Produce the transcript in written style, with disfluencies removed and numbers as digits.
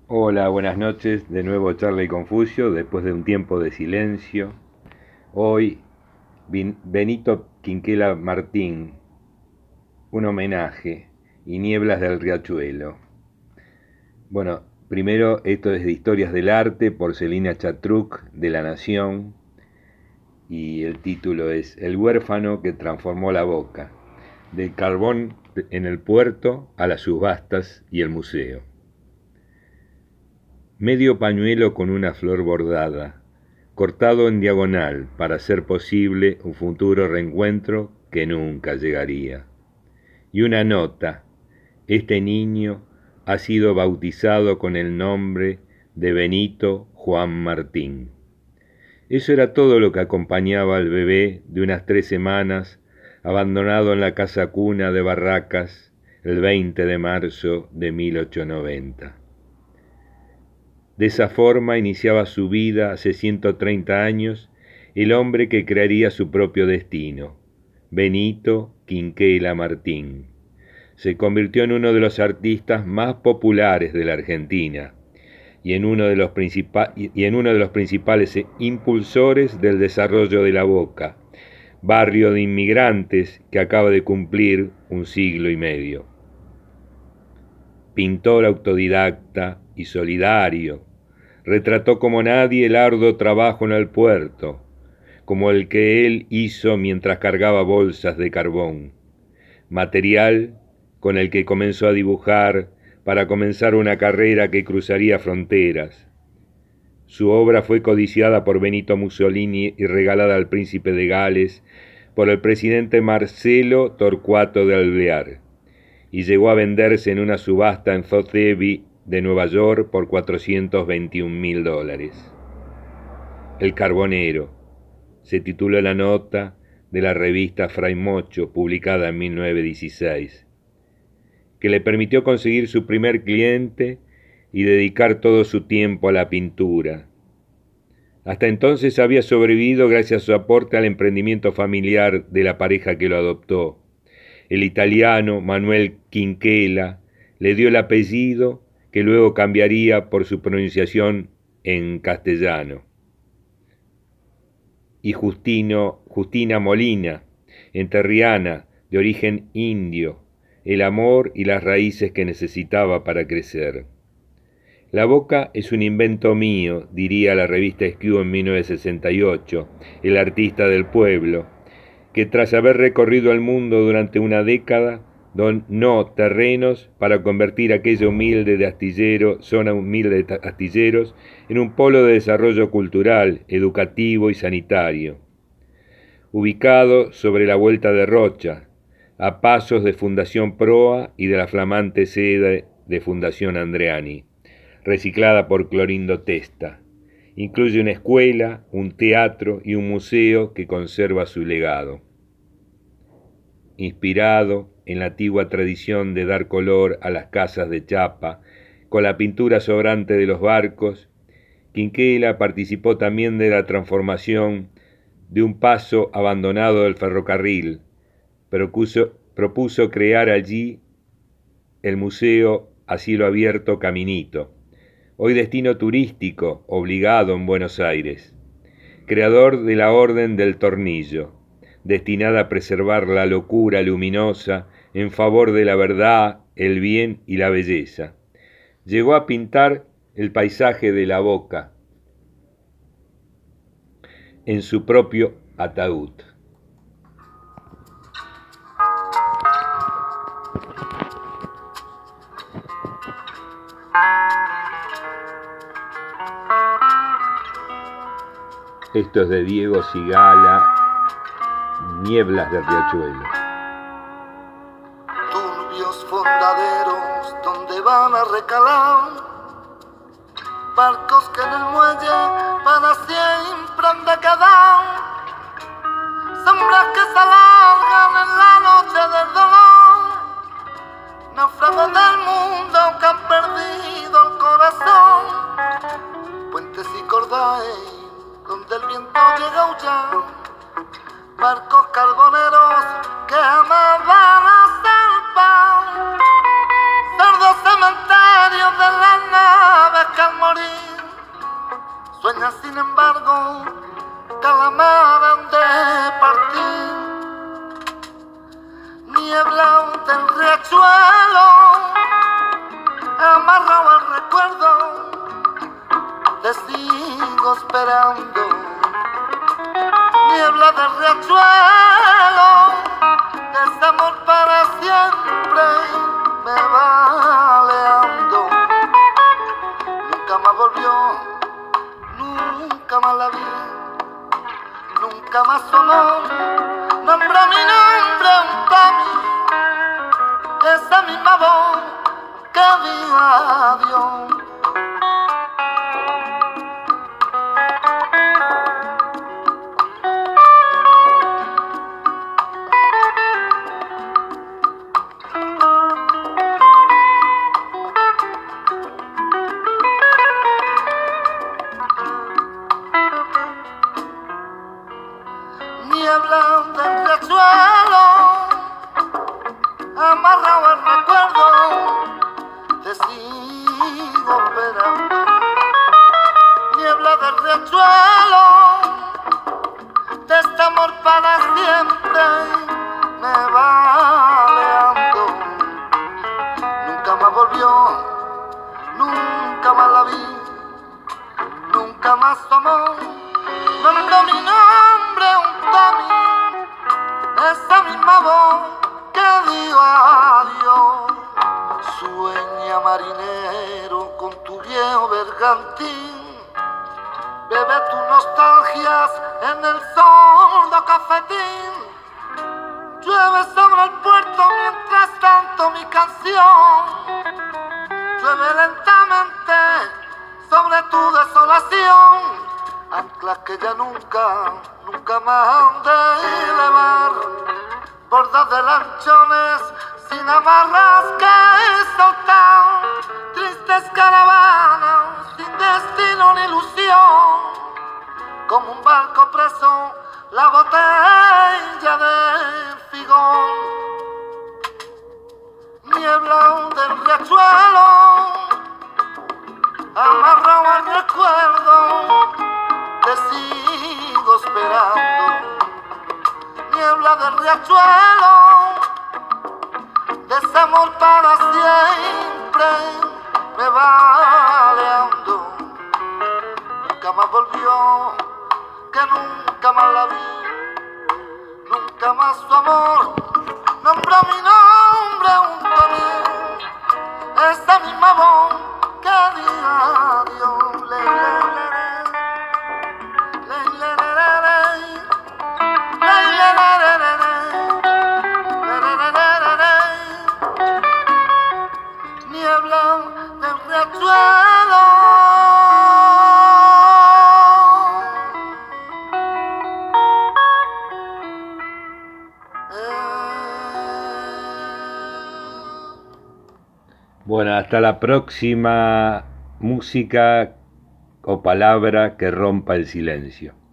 Hola, buenas noches. De nuevo Charla y Confucio, después de un tiempo de silencio. Hoy, Benito Quinquela Martín, un homenaje y Nieblas del Riachuelo. Bueno, primero esto es de Historias del Arte por Celina Chatruc de La Nación y el título es El huérfano que transformó la boca, del carbón en el puerto a las subastas y el museo. Medio pañuelo con una flor bordada, cortado en diagonal para hacer posible un futuro reencuentro que nunca llegaría. Y una nota: este niño ha sido bautizado con el nombre de Benito Juan Martín. Eso era todo lo que acompañaba al bebé de unas 3 semanas, abandonado en la casa cuna de Barracas el 20 de marzo de 1890. De esa forma iniciaba su vida hace 130 años el hombre que crearía su propio destino, Benito Quinquela Martín. Se convirtió en uno de los artistas más populares de la Argentina y en uno de los principales impulsores del desarrollo de La Boca, barrio de inmigrantes que acaba de cumplir un siglo y medio. Pintor autodidacta y solidario, retrató como nadie el arduo trabajo en el puerto, como el que él hizo mientras cargaba bolsas de carbón, material con el que comenzó a dibujar para comenzar una carrera que cruzaría fronteras. Su obra fue codiciada por Benito Mussolini y regalada al príncipe de Gales por el presidente Marcelo Torcuato de Alvear, y llegó a venderse en una subasta en Sotheby's de Nueva York por $421.000. El Carbonero se tituló la nota de la revista Fray Mocho, publicada en 1916, que le permitió conseguir su primer cliente y dedicar todo su tiempo a la pintura. Hasta entonces había sobrevivido gracias a su aporte al emprendimiento familiar de la pareja que lo adoptó. El italiano Manuel Quinquela le dio el apellido que luego cambiaría por su pronunciación en castellano. Y Justina Molina, enterriana, de origen indio, el amor y las raíces que necesitaba para crecer. La Boca es un invento mío, diría la revista Esquio en 1968, el artista del pueblo, que tras haber recorrido el mundo durante una década, donó terrenos para convertir aquella zona humilde de astilleros en un polo de desarrollo cultural, educativo y sanitario. Ubicado sobre la Vuelta de Rocha, a pasos de Fundación Proa y de la flamante sede de Fundación Andreani, reciclada por Clorindo Testa. Incluye una escuela, un teatro y un museo que conserva su legado. Inspirado en la antigua tradición de dar color a las casas de chapa con la pintura sobrante de los barcos, Quinquela participó también de la transformación de un paso abandonado del ferrocarril. Propuso crear allí el Museo a Cielo Abierto Caminito, hoy destino turístico obligado en Buenos Aires. Creador de la Orden del Tornillo, destinada a preservar la locura luminosa en favor de la verdad, el bien y la belleza. Llegó a pintar el paisaje de La Boca en su propio ataúd. Esto es de Diego Cigala, Nieblas del Riachuelo. Turbios fondaderos donde van a recalar barcos que en el muelle para siempre han de quedar, sombras que se alargan en la noche del dolor, náufragos del mundo que han perdido el corazón, puentes y cordales donde el viento llega a aullar, barcos carboneros que jamás van a zarpar, cerdos cementerios de las naves Aunque sin embargo cada me han de partir. Niebla del riachuelo, amarrado al recuerdo, te sigo esperando. Niebla del riachuelo, ese amor para siempre me va aleando. Nunca más volvió, nunca más la vi, nunca más su amor nombra mi nombre para mí, esa misma voz que dijo adiós. Niebla del riachuelo, amarrado al recuerdo, te sigo esperando. Niebla del riachuelo, de este amor para siempre me va aleando. Nunca más volvió, nunca más la vi, nunca más su amor nombró mi nombre junto a mí, esa misma voz que dijo adiós. Sueña marinero con tu viejo bergantín, bebe tus nostalgias en el sol de cafetín. Llueve sobre el puerto mientras tanto mi canción, llueve lentamente sobre tu desolación. Anclas que ya nunca, nunca más han de elevar, bordas de lanchones sin amarras que soltar, tristes caravanas sin destino ni ilusión, como un barco preso la botella de figón. Niebla del riachuelo, amarrado al recuerdo, te sigo esperando. Niebla del riachuelo, de ese amor para siempre me va aleando. Nunca más volvió, que nunca más la vi, nunca más su amor nombró mi nombre junto a mí, esa misma voz que diga adiós. Le, le, le. Niebla del riachuelo. Bueno, hasta la próxima música o palabra que rompa el silencio.